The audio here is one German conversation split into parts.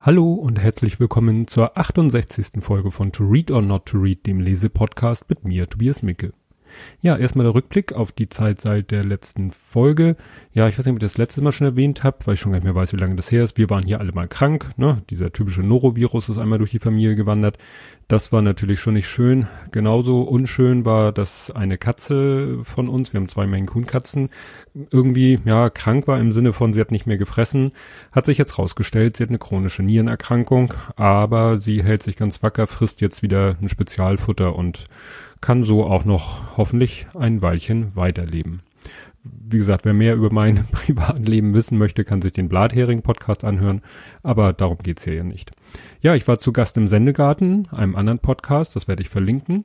Hallo und herzlich willkommen zur 68. Folge von To Read or Not to Read, dem Lesepodcast mit mir, Tobias Micke. Ja, erstmal der Rückblick auf die Zeit seit der letzten Folge. Ja, ich weiß nicht, ob ich das letzte Mal schon erwähnt habe, weil ich schon gar nicht mehr weiß, wie lange das her ist. Wir waren hier alle mal krank, ne? Dieser typische Norovirus ist einmal durch die Familie gewandert. Das war natürlich schon nicht schön. Genauso unschön war, dass eine Katze von uns, wir haben 2 Maine Coon Katzen, irgendwie, ja, krank war im Sinne von, sie hat nicht mehr gefressen. Hat sich jetzt rausgestellt, sie hat eine chronische Nierenerkrankung, aber sie hält sich ganz wacker, frisst jetzt wieder ein Spezialfutter und kann so auch noch hoffentlich ein Weilchen weiterleben. Wie gesagt, wer mehr über mein Privatleben wissen möchte, kann sich den Blathering-Podcast anhören, aber darum geht's hier ja nicht. Ja, ich war zu Gast im Sendegarten, einem anderen Podcast, das werde ich verlinken.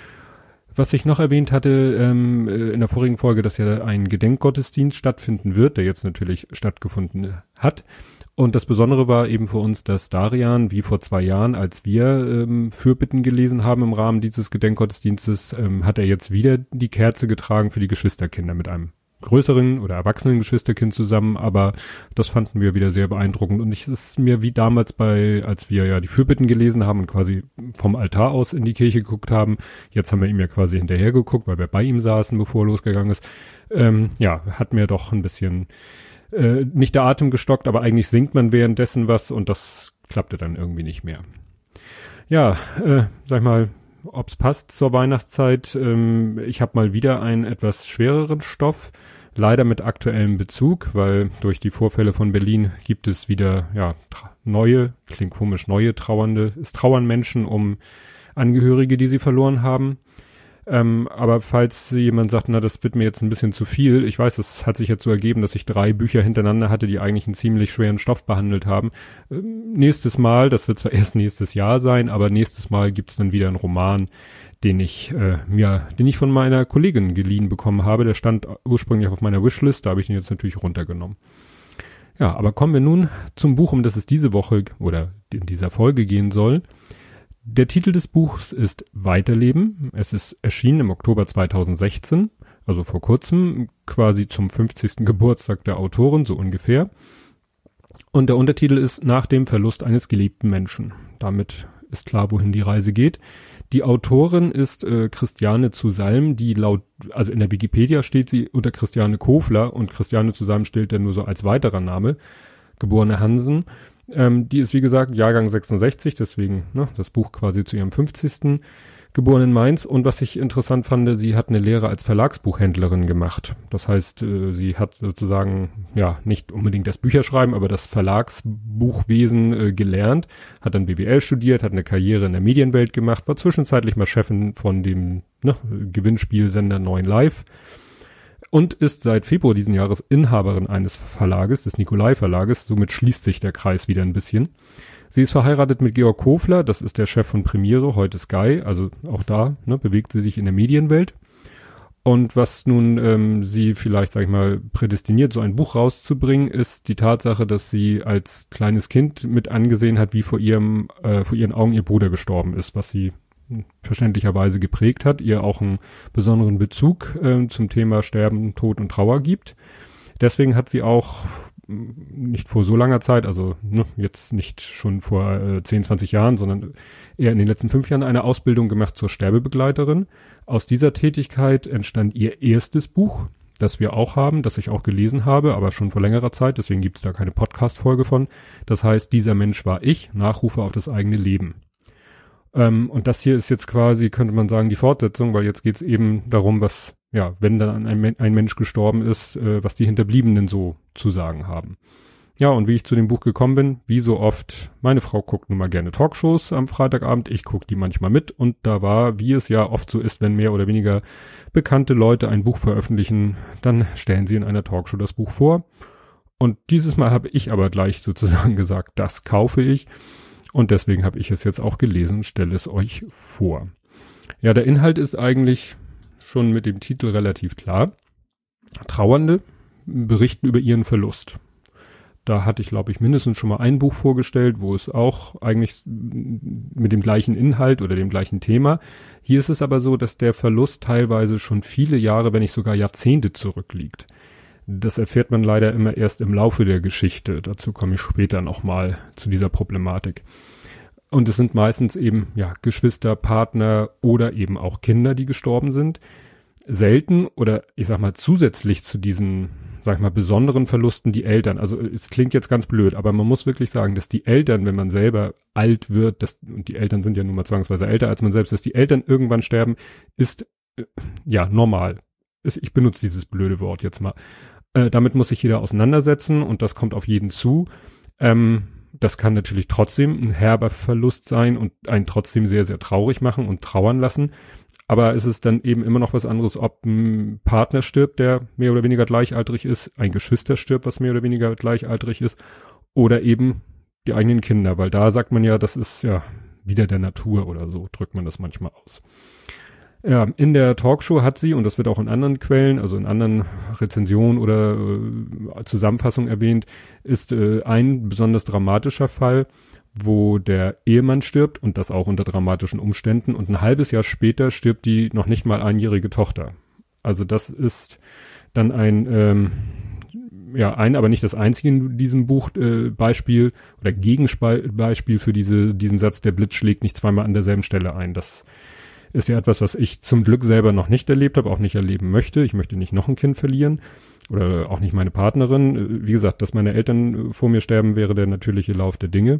Was ich noch erwähnt hatte in der vorigen Folge, dass ja ein Gedenkgottesdienst stattfinden wird, der jetzt natürlich stattgefunden hat. Und das Besondere war eben für uns, dass Darian, wie vor 2 Jahren, als wir Fürbitten gelesen haben im Rahmen dieses Gedenkgottesdienstes, hat er jetzt wieder die Kerze getragen für die Geschwisterkinder mit einem größeren oder erwachsenen Geschwisterkind zusammen, aber das fanden wir wieder sehr beeindruckend. Und es ist mir wie damals als wir ja die Fürbitten gelesen haben und quasi vom Altar aus in die Kirche geguckt haben, jetzt haben wir ihm ja quasi hinterher geguckt, weil wir bei ihm saßen, bevor er losgegangen ist, hat mir doch ein bisschen nicht der Atem gestockt, aber eigentlich singt man währenddessen was und das klappte dann irgendwie nicht mehr. Ja, sag ich mal, ob's passt zur Weihnachtszeit. Ich habe mal wieder einen etwas schwereren Stoff, leider mit aktuellem Bezug, weil durch die Vorfälle von Berlin gibt es wieder neue Trauernde. Es trauern Menschen um Angehörige, die sie verloren haben. Aber falls jemand sagt, na, das wird mir jetzt ein bisschen zu viel, ich weiß, es hat sich jetzt so ergeben, dass ich 3 Bücher hintereinander hatte, die eigentlich einen ziemlich schweren Stoff behandelt haben. Nächstes Mal, das wird zwar erst nächstes Jahr sein, aber nächstes Mal gibt's dann wieder einen Roman, den ich von meiner Kollegin geliehen bekommen habe. Der stand ursprünglich auf meiner Wishlist, da habe ich den jetzt natürlich runtergenommen. Ja, aber kommen wir nun zum Buch, um das es diese Woche oder in dieser Folge gehen soll. Der Titel des Buchs ist Weiterleben. Es ist erschienen im Oktober 2016, also vor kurzem, quasi zum 50. Geburtstag der Autorin, so ungefähr. Und der Untertitel ist Nach dem Verlust eines geliebten Menschen. Damit ist klar, wohin die Reise geht. Die Autorin ist Christiane zu Salm, die also in der Wikipedia steht sie unter Christiane Kofler und Christiane zu Salm steht dann nur so als weiterer Name, geborene Hansen. Die ist, wie gesagt, Jahrgang 66, deswegen das Buch quasi zu ihrem 50. geboren in Mainz. Und was ich interessant fand, sie hat eine Lehre als Verlagsbuchhändlerin gemacht. Das heißt, sie hat sozusagen, nicht unbedingt das Bücherschreiben, aber das Verlagsbuchwesen gelernt, hat dann BWL studiert, hat eine Karriere in der Medienwelt gemacht, war zwischenzeitlich mal Chefin von dem Gewinnspielsender 9 Live. Und ist seit Februar diesen Jahres Inhaberin eines Verlages, des Nicolai Verlages. Somit schließt sich der Kreis wieder ein bisschen. Sie ist verheiratet mit Georg Kofler, das ist der Chef von Premiere, heute Sky. Also auch da bewegt sie sich in der Medienwelt. Und was nun sie vielleicht, sag ich mal, prädestiniert, so ein Buch rauszubringen, ist die Tatsache, dass sie als kleines Kind mit angesehen hat, wie vor ihren Augen ihr Bruder gestorben ist, was sie verständlicherweise geprägt hat, ihr auch einen besonderen Bezug zum Thema Sterben, Tod und Trauer gibt. Deswegen hat sie auch nicht vor so langer Zeit, also jetzt nicht schon vor 10, 20 Jahren, sondern eher in den letzten 5 Jahren eine Ausbildung gemacht zur Sterbebegleiterin. Aus dieser Tätigkeit entstand ihr erstes Buch, das wir auch haben, das ich auch gelesen habe, aber schon vor längerer Zeit, deswegen gibt es da keine Podcast-Folge von. Das heißt, Dieser Mensch war ich, Nachrufe auf das eigene Leben. Und das hier ist jetzt quasi, könnte man sagen, die Fortsetzung, weil jetzt geht's eben darum, was, wenn dann ein Mensch gestorben ist, was die Hinterbliebenen so zu sagen haben. Ja, und wie ich zu dem Buch gekommen bin, wie so oft, meine Frau guckt nun mal gerne Talkshows am Freitagabend, ich gucke die manchmal mit und da war, wie es ja oft so ist, wenn mehr oder weniger bekannte Leute ein Buch veröffentlichen, dann stellen sie in einer Talkshow das Buch vor. Und dieses Mal habe ich aber gleich sozusagen gesagt, das kaufe ich. Und deswegen habe ich es jetzt auch gelesen und stelle es euch vor. Ja, der Inhalt ist eigentlich schon mit dem Titel relativ klar. Trauernde berichten über ihren Verlust. Da hatte ich, glaube ich, mindestens schon mal ein Buch vorgestellt, wo es auch eigentlich mit dem gleichen Inhalt oder dem gleichen Thema. Hier ist es aber so, dass der Verlust teilweise schon viele Jahre, wenn nicht sogar Jahrzehnte zurückliegt. Das erfährt man leider immer erst im Laufe der Geschichte. Dazu komme ich später nochmal zu dieser Problematik. Und es sind meistens eben, ja, Geschwister, Partner oder eben auch Kinder, die gestorben sind. Selten oder ich sag mal zusätzlich zu diesen, sag ich mal, besonderen Verlusten die Eltern. Also es klingt jetzt ganz blöd, aber man muss wirklich sagen, dass die Eltern, wenn man selber alt wird, und die Eltern sind ja nun mal zwangsweise älter als man selbst, dass die Eltern irgendwann sterben, ist ja normal. Ich benutze dieses blöde Wort jetzt mal. Damit muss sich jeder auseinandersetzen und das kommt auf jeden zu. Das kann natürlich trotzdem ein herber Verlust sein und einen trotzdem sehr, sehr traurig machen und trauern lassen. Aber es ist dann eben immer noch was anderes, ob ein Partner stirbt, der mehr oder weniger gleichaltrig ist, ein Geschwister stirbt, was mehr oder weniger gleichaltrig ist, oder eben die eigenen Kinder, weil da sagt man ja, das ist ja wieder der Natur oder so, drückt man das manchmal aus. Ja, in der Talkshow hat sie, und das wird auch in anderen Quellen, also in anderen Rezensionen oder Zusammenfassungen erwähnt, ist ein besonders dramatischer Fall, wo der Ehemann stirbt und das auch unter dramatischen Umständen und ein halbes Jahr später stirbt die noch nicht mal einjährige Tochter. Also das ist dann ein, aber nicht das einzige in diesem Buch Beispiel oder Gegenbeispiel für diesen Satz, der Blitz schlägt nicht zweimal an derselben Stelle ein. Das ist ja etwas, was ich zum Glück selber noch nicht erlebt habe, auch nicht erleben möchte. Ich möchte nicht noch ein Kind verlieren oder auch nicht meine Partnerin. Wie gesagt, dass meine Eltern vor mir sterben, wäre der natürliche Lauf der Dinge.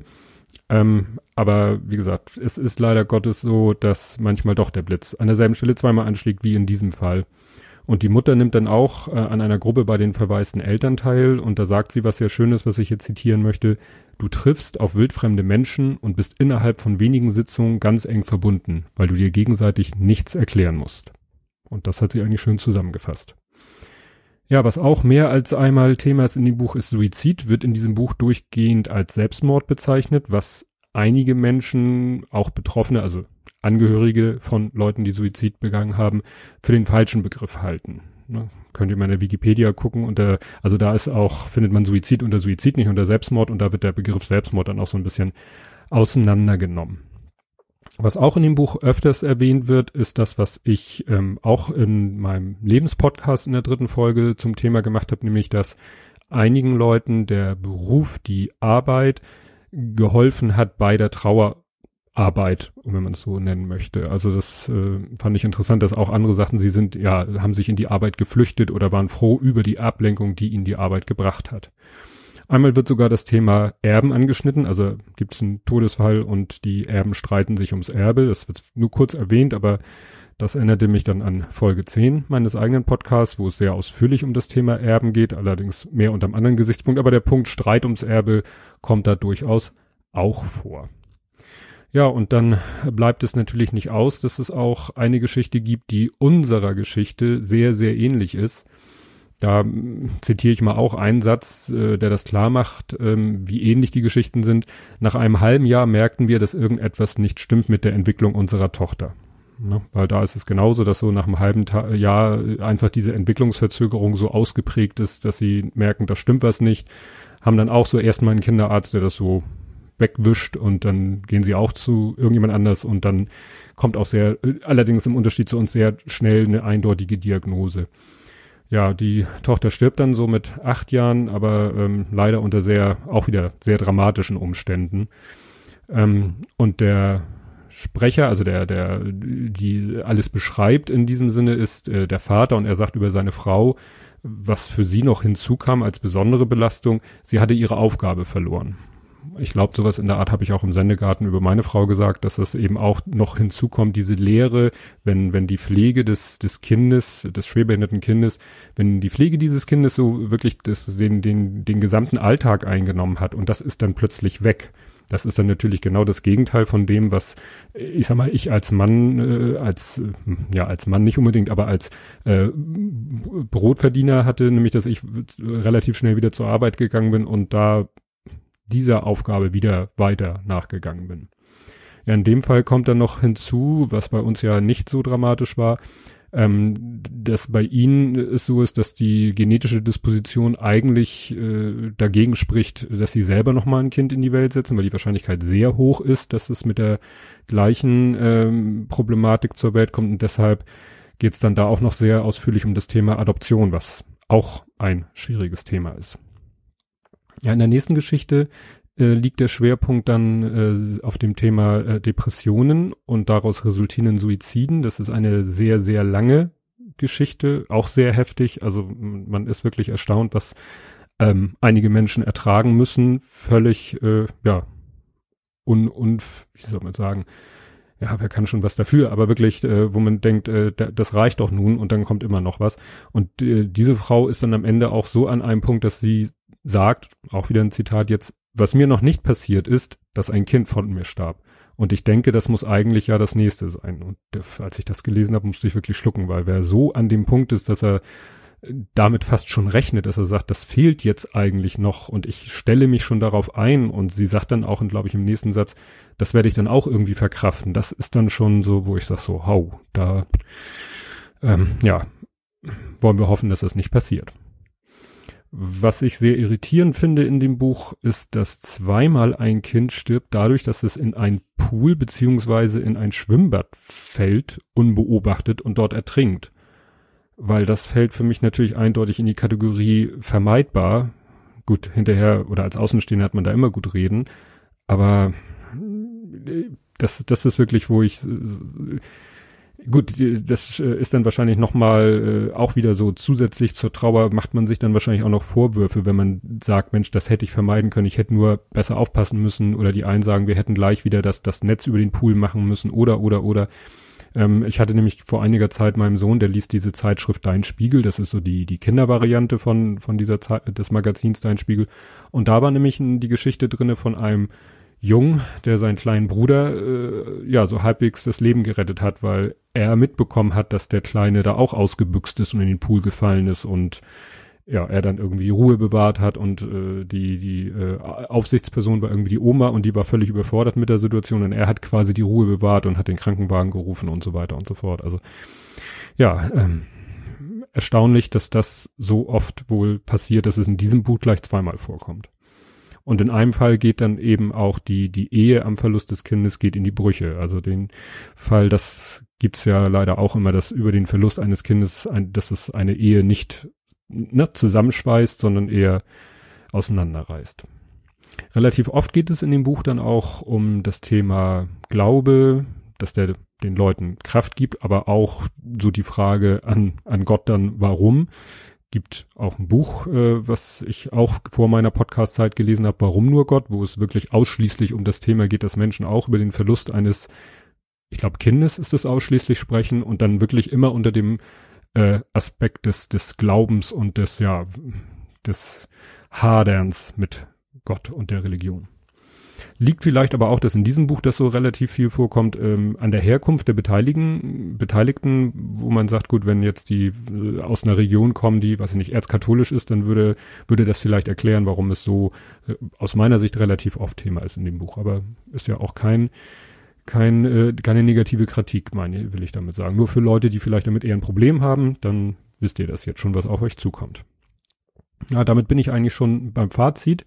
Aber wie gesagt, es ist leider Gottes so, dass manchmal doch der Blitz an derselben Stelle zweimal anschlägt, wie in diesem Fall. Und die Mutter nimmt dann auch an einer Gruppe bei den verwaisten Eltern teil und da sagt sie was sehr Schönes, was ich jetzt zitieren möchte. Du triffst auf wildfremde Menschen und bist innerhalb von wenigen Sitzungen ganz eng verbunden, weil du dir gegenseitig nichts erklären musst. Und das hat sie eigentlich schön zusammengefasst. Ja, was auch mehr als einmal Thema ist in dem Buch ist Suizid, wird in diesem Buch durchgehend als Selbstmord bezeichnet, was einige Menschen, auch Betroffene, also Angehörige von Leuten, die Suizid begangen haben, für den falschen Begriff halten. Ne? Könnt ihr mal in der Wikipedia gucken also da ist auch, findet man Suizid unter Suizid, nicht unter Selbstmord und da wird der Begriff Selbstmord dann auch so ein bisschen auseinandergenommen. Was auch in dem Buch öfters erwähnt wird, ist das, was ich auch in meinem Lebenspodcast in der 3. Folge zum Thema gemacht habe, nämlich, dass einigen Leuten der Beruf, die Arbeit geholfen hat bei der Trauerarbeit, wenn man es so nennen möchte. Also das fand ich interessant, dass auch andere sagten, sie haben sich in die Arbeit geflüchtet oder waren froh über die Ablenkung, die ihnen die Arbeit gebracht hat. Einmal wird sogar das Thema Erben angeschnitten, also gibt es einen Todesfall und die Erben streiten sich ums Erbe. Das wird nur kurz erwähnt, aber das erinnerte mich dann an Folge 10 meines eigenen Podcasts, wo es sehr ausführlich um das Thema Erben geht, allerdings mehr unter einem anderen Gesichtspunkt. Aber der Punkt Streit ums Erbe kommt da durchaus auch vor. Ja, und dann bleibt es natürlich nicht aus, dass es auch eine Geschichte gibt, die unserer Geschichte sehr, sehr ähnlich ist. Da zitiere ich mal auch einen Satz, der das klar macht, wie ähnlich die Geschichten sind. Nach einem halben Jahr merkten wir, dass irgendetwas nicht stimmt mit der Entwicklung unserer Tochter. Ne? Weil da ist es genauso, dass so nach einem halben Jahr einfach diese Entwicklungsverzögerung so ausgeprägt ist, dass sie merken, da stimmt was nicht. Haben dann auch so erstmal einen Kinderarzt, der das so wegwischt und dann gehen sie auch zu irgendjemand anders und dann kommt auch allerdings im Unterschied zu uns sehr schnell eine eindeutige Diagnose. Ja, die Tochter stirbt dann so mit 8 Jahren, aber leider unter auch wieder sehr dramatischen Umständen. Und der Sprecher, also die alles beschreibt in diesem Sinne, ist der Vater und er sagt über seine Frau, was für sie noch hinzukam als besondere Belastung, sie hatte ihre Aufgabe verloren. Ich glaube, sowas in der Art habe ich auch im Sendegarten über meine Frau gesagt, dass das eben auch noch hinzukommt, diese Lehre, wenn die Pflege des Kindes, des schwerbehinderten Kindes, wenn die Pflege dieses Kindes so wirklich den gesamten Alltag eingenommen hat und das ist dann plötzlich weg. Das ist dann natürlich genau das Gegenteil von dem, was, ich sag mal, ich als Mann, als Mann nicht unbedingt, aber als Brotverdiener hatte, nämlich, dass ich relativ schnell wieder zur Arbeit gegangen bin und da dieser Aufgabe wieder weiter nachgegangen bin. Ja, in dem Fall kommt dann noch hinzu, was bei uns ja nicht so dramatisch war, dass bei ihnen es so ist, dass die genetische Disposition eigentlich dagegen spricht, dass sie selber nochmal ein Kind in die Welt setzen, weil die Wahrscheinlichkeit sehr hoch ist, dass es mit der gleichen Problematik zur Welt kommt und deshalb geht es dann da auch noch sehr ausführlich um das Thema Adoption, was auch ein schwieriges Thema ist. Ja, in der nächsten Geschichte liegt der Schwerpunkt dann auf dem Thema Depressionen und daraus resultierenden Suiziden. Das ist eine sehr, sehr lange Geschichte, auch sehr heftig. Also man ist wirklich erstaunt, was einige Menschen ertragen müssen. Völlig, wie soll man sagen, ja, wer kann schon was dafür, aber wirklich, wo man denkt, das reicht doch nun und dann kommt immer noch was. Und diese Frau ist dann am Ende auch so an einem Punkt, dass sie sagt, auch wieder ein Zitat jetzt, was mir noch nicht passiert ist, dass ein Kind von mir starb. Und ich denke, das muss eigentlich ja das Nächste sein. Und als ich das gelesen habe, musste ich wirklich schlucken, weil wer so an dem Punkt ist, dass er damit fast schon rechnet, dass er sagt, das fehlt jetzt eigentlich noch und ich stelle mich schon darauf ein. Und sie sagt dann auch, glaube ich, im nächsten Satz, das werde ich dann auch irgendwie verkraften. Das ist dann schon so, wo ich sage so, da wollen wir hoffen, dass das nicht passiert. Was ich sehr irritierend finde in dem Buch, ist, dass zweimal ein Kind stirbt dadurch, dass es in einen Pool beziehungsweise in ein Schwimmbad fällt, unbeobachtet und dort ertrinkt. Weil das fällt für mich natürlich eindeutig in die Kategorie vermeidbar. Gut, hinterher oder als Außenstehender hat man da immer gut reden, aber das ist wirklich, wo ich gut, das ist dann wahrscheinlich nochmal auch wieder so zusätzlich zur Trauer macht man sich dann wahrscheinlich auch noch Vorwürfe, wenn man sagt, Mensch, das hätte ich vermeiden können, ich hätte nur besser aufpassen müssen oder die einen sagen, wir hätten gleich wieder das Netz über den Pool machen müssen oder. Ich hatte nämlich vor einiger Zeit meinem Sohn, der liest diese Zeitschrift Dein Spiegel, das ist so die Kindervariante von dieser des Magazins Dein Spiegel und da war nämlich die Geschichte drinne von einem Jung, der seinen kleinen Bruder so halbwegs das Leben gerettet hat, weil er mitbekommen hat, dass der Kleine da auch ausgebüxt ist und in den Pool gefallen ist und ja, er dann irgendwie Ruhe bewahrt hat und die Aufsichtsperson war irgendwie die Oma und die war völlig überfordert mit der Situation und er hat quasi die Ruhe bewahrt und hat den Krankenwagen gerufen und so weiter und so fort. Also ja, erstaunlich, dass das so oft wohl passiert, dass es in diesem Buch gleich zweimal vorkommt. Und in einem Fall geht dann eben auch die Ehe am Verlust des Kindes geht in die Brüche. Also den Fall, das gibt's ja leider auch immer, dass über den Verlust eines Kindes, dass es eine Ehe nicht zusammenschweißt, sondern eher auseinanderreißt. Relativ oft geht es in dem Buch dann auch um das Thema Glaube, dass der den Leuten Kraft gibt, aber auch so die Frage an Gott dann, warum. Gibt auch ein Buch, was ich auch vor meiner Podcast-Zeit gelesen habe, Warum nur Gott, wo es wirklich ausschließlich um das Thema geht, dass Menschen auch über den Verlust eines, ich glaube Kindes ist es ausschließlich sprechen und dann wirklich immer unter dem Aspekt des Glaubens und des Haderns mit Gott und der Religion. Liegt vielleicht aber auch, dass in diesem Buch das so relativ viel vorkommt, an der Herkunft der Beteiligten, wo man sagt, gut, wenn jetzt die aus einer Region kommen, die, weiß ich nicht, erzkatholisch ist, dann würde das vielleicht erklären, warum es so aus meiner Sicht relativ oft Thema ist in dem Buch. Aber ist ja auch keine negative Kritik, will ich damit sagen. Nur für Leute, die vielleicht damit eher ein Problem haben, dann wisst ihr das jetzt schon, was auf euch zukommt. Ja, damit bin ich eigentlich schon beim Fazit.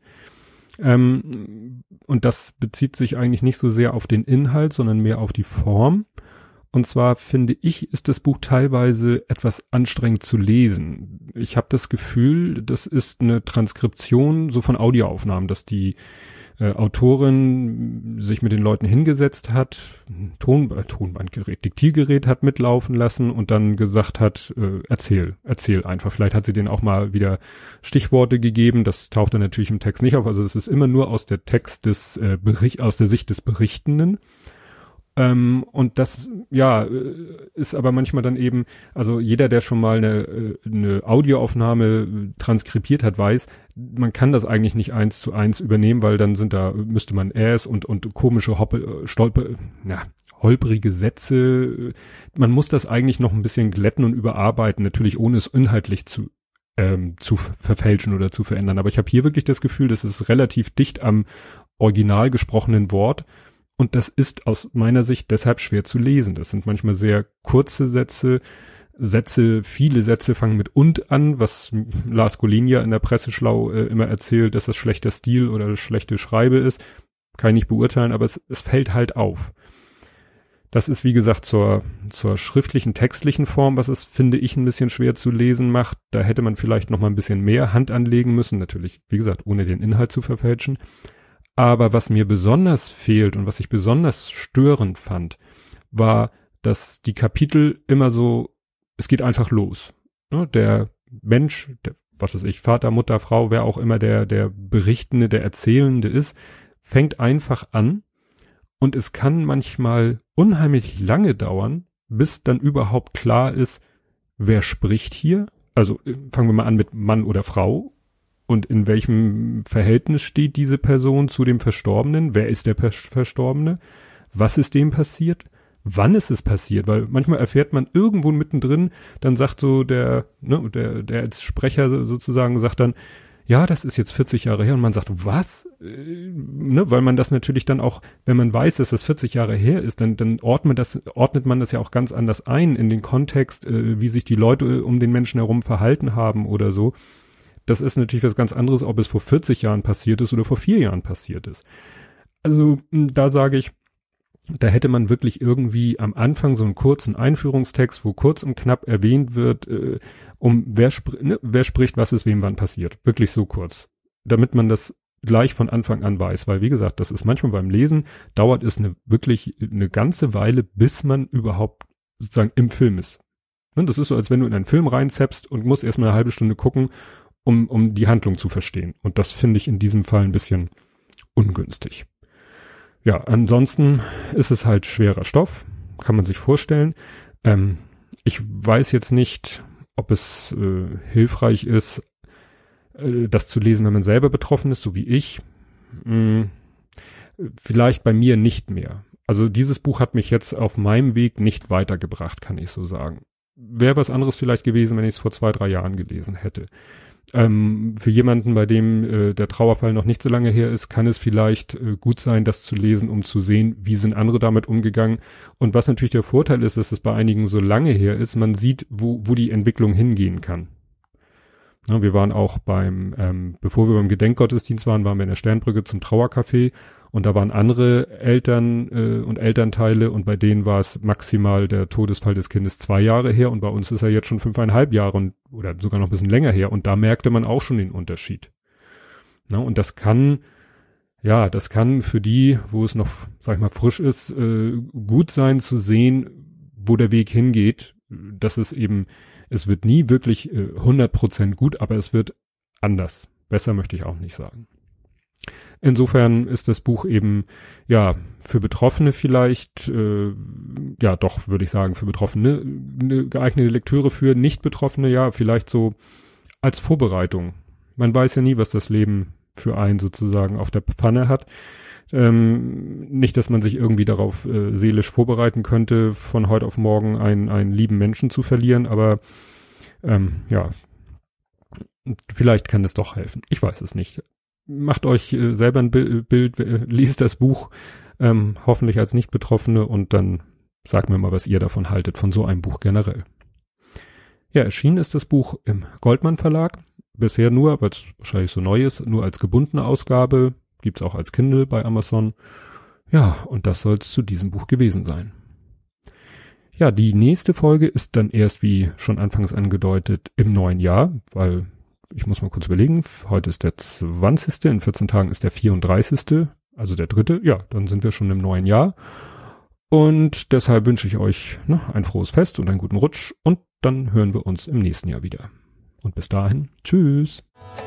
Und das bezieht sich eigentlich nicht so sehr auf den Inhalt, sondern mehr auf die Form. Und zwar finde ich, ist das Buch teilweise etwas anstrengend zu lesen. Ich habe das Gefühl, das ist eine Transkription so von Audioaufnahmen, dass die Autorin sich mit den Leuten hingesetzt hat, Tonbandgerät, Diktiergerät hat mitlaufen lassen und dann gesagt hat, erzähl einfach. Vielleicht hat sie denen auch mal wieder Stichworte gegeben, das taucht dann natürlich im Text nicht auf, also es ist immer nur aus der Text aus der Sicht des Berichtenden. Und das, ist aber manchmal dann eben, also jeder, der schon mal eine Audioaufnahme transkribiert hat, weiß, man kann das eigentlich nicht 1:1 übernehmen, weil dann müsste man und komische holprige Sätze. Man muss das eigentlich noch ein bisschen glätten und überarbeiten, natürlich ohne es inhaltlich zu verfälschen oder zu verändern. Aber ich habe hier wirklich das Gefühl, das ist relativ dicht am original gesprochenen Wort. Und das ist aus meiner Sicht deshalb schwer zu lesen. Das sind manchmal sehr kurze Sätze, viele Sätze fangen mit und an, was Lars Golinia in der Presseschlau immer erzählt, dass das schlechter Stil oder schlechte Schreibe ist. Kann ich nicht beurteilen, aber es fällt halt auf. Das ist, wie gesagt, zur schriftlichen, textlichen Form, was es, finde ich, ein bisschen schwer zu lesen macht. Da hätte man vielleicht noch mal ein bisschen mehr Hand anlegen müssen. Natürlich, wie gesagt, ohne den Inhalt zu verfälschen. Aber was mir besonders fehlt und was ich besonders störend fand, war, dass die Kapitel immer so, es geht einfach los. Ne? Der Mensch, was weiß ich, Vater, Mutter, Frau, wer auch immer der Berichtende, der Erzählende ist, fängt einfach an. Und es kann manchmal unheimlich lange dauern, bis dann überhaupt klar ist, wer spricht hier. Also fangen wir mal an mit Mann oder Frau. Und in welchem Verhältnis steht diese Person zu dem Verstorbenen? Wer ist der Verstorbene? Was ist dem passiert? Wann ist es passiert? Weil manchmal erfährt man irgendwo mittendrin, dann sagt so der als Sprecher sozusagen sagt dann, ja, das ist jetzt 40 Jahre her und man sagt, was? Weil man das natürlich dann auch, wenn man weiß, dass das 40 Jahre her ist, dann ordnet man das ja auch ganz anders ein in den Kontext, wie sich die Leute um den Menschen herum verhalten haben oder so. Das ist natürlich was ganz anderes, ob es vor 40 Jahren passiert ist oder vor 4 Jahren passiert ist. Also da sage ich, da hätte man wirklich irgendwie am Anfang so einen kurzen Einführungstext, wo kurz und knapp erwähnt wird, wer spricht, was ist wem wann passiert. Wirklich so kurz. Damit man das gleich von Anfang an weiß. Weil, wie gesagt, das ist manchmal beim Lesen, dauert es wirklich eine ganze Weile, bis man überhaupt sozusagen im Film ist. Und das ist so, als wenn du in einen Film reinzappst und musst erstmal eine halbe Stunde gucken, um die Handlung zu verstehen. Und das finde ich in diesem Fall ein bisschen ungünstig. Ja, ansonsten ist es halt schwerer Stoff, kann man sich vorstellen. Ich weiß jetzt nicht, ob es hilfreich ist, das zu lesen, wenn man selber betroffen ist, so wie ich. Vielleicht bei mir nicht mehr. Also dieses Buch hat mich jetzt auf meinem Weg nicht weitergebracht, kann ich so sagen. Wäre was anderes vielleicht gewesen, wenn ich es vor 2-3 Jahren gelesen hätte. Für jemanden, bei dem der Trauerfall noch nicht so lange her ist, kann es vielleicht gut sein, das zu lesen, um zu sehen, wie sind andere damit umgegangen. Und was natürlich der Vorteil ist, dass es bei einigen so lange her ist, man sieht, wo die Entwicklung hingehen kann. Ja, wir waren auch bevor wir beim Gedenkgottesdienst waren wir in der Sternbrücke zum Trauercafé und da waren andere Eltern und Elternteile und bei denen war es maximal der Todesfall des Kindes 2 Jahre her und bei uns ist er jetzt schon 5,5 Jahre oder sogar noch ein bisschen länger her und da merkte man auch schon den Unterschied. Na, und das kann für die, wo es noch, sag ich mal, frisch ist, gut sein zu sehen, wo der Weg hingeht, dass es wird nie wirklich 100% gut, aber es wird anders. Besser möchte ich auch nicht sagen. Insofern ist das Buch eben, ja, für Betroffene vielleicht, doch, würde ich sagen, für Betroffene eine geeignete Lektüre, für Nicht-Betroffene, ja, vielleicht so als Vorbereitung. Man weiß ja nie, was das Leben für einen sozusagen auf der Pfanne hat. Nicht, dass man sich irgendwie darauf seelisch vorbereiten könnte, von heute auf morgen einen lieben Menschen zu verlieren, aber vielleicht kann es doch helfen. Ich weiß es nicht. Macht euch selber ein Bild, liest das Buch, hoffentlich als Nicht-Betroffene und dann sagt mir mal, was ihr davon haltet, von so einem Buch generell. Ja, erschienen ist das Buch im Goldmann Verlag. Bisher nur, weil es wahrscheinlich so neu ist, nur als gebundene Ausgabe. Gibt's auch als Kindle bei Amazon. Ja, und das soll es zu diesem Buch gewesen sein. Ja, die nächste Folge ist dann erst, wie schon anfangs angedeutet, im neuen Jahr, weil ich muss mal kurz überlegen, heute ist der 20., in 14 Tagen ist der 34., also der 3., ja, dann sind wir schon im neuen Jahr. Und deshalb wünsche ich euch ein frohes Fest und einen guten Rutsch und dann hören wir uns im nächsten Jahr wieder. Und bis dahin, tschüss.